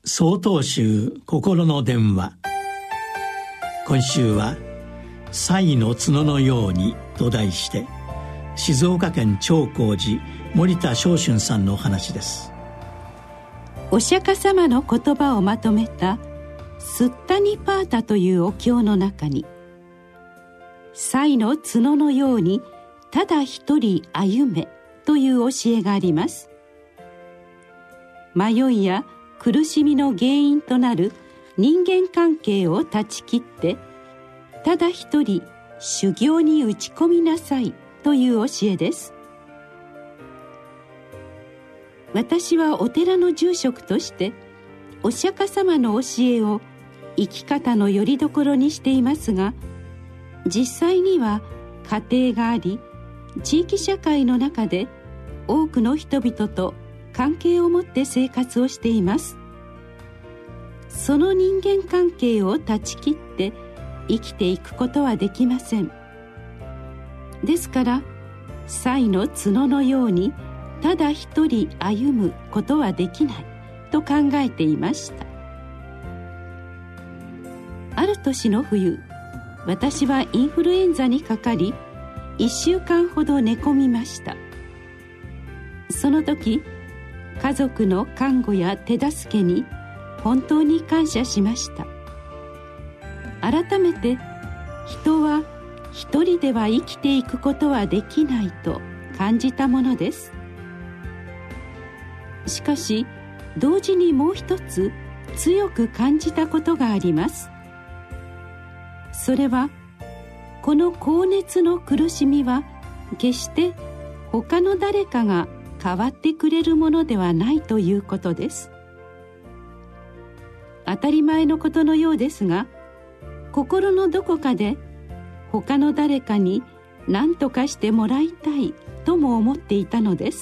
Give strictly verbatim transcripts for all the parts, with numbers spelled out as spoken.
曹洞宗心の電話。今週は賽の角のようにと題して、静岡県長光寺森田正春さんのお話です。 お釈迦様の言葉をまとめたスッタニパータというお経の中に、賽の角のようにただ一人歩めという教えがあります。迷いや苦しみの原因となる人間関係を断ち切って、ただ一人修行に打ち込みなさいという教えです。私はお寺の住職としてお釈迦様の教えを生き方の拠り所にしていますが、実際には家庭があり、地域社会の中で多くの人々と関係を持って生活をしています。その人間関係を断ち切って生きていくことはできません。ですから賽の角のようにただ一人歩むことはできないと考えていました。ある年の冬、私はインフルエンザにかかり、いっしゅうかんほど寝込みました。その時、家族の看護や手助けに本当に感謝しました。改めて、人は一人では生きていくことはできないと感じたものです。しかし、同時にもう一つ強く感じたことがあります。それは、この高熱の苦しみは決して他の誰かが変わってくれるものではないということです。当たり前のことのようですが、心のどこかで他の誰かに何とかしてもらいたいとも思っていたのです。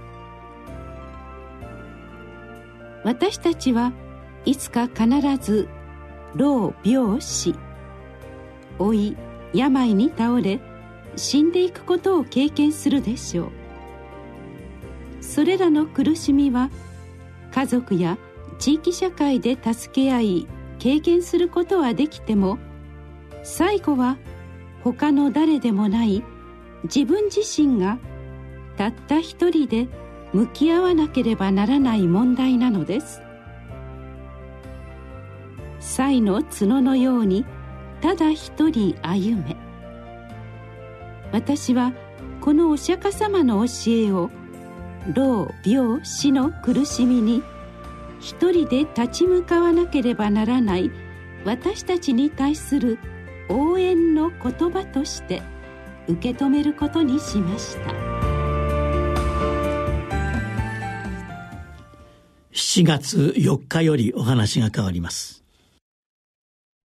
私たちはいつか必ず老病死、老い病に倒れ死んでいくことを経験するでしょう。それらの苦しみは家族や地域社会で助け合い軽減することはできても、最後は他の誰でもない自分自身がたった一人で向き合わなければならない問題なのです。賽の角のようにただ一人歩め。私はこのお釈迦様の教えを老病死の苦しみに一人で立ち向かわなければならない私たちに対する応援の言葉として受け止めることにしました。 しちがつよっかよりお話が変わります。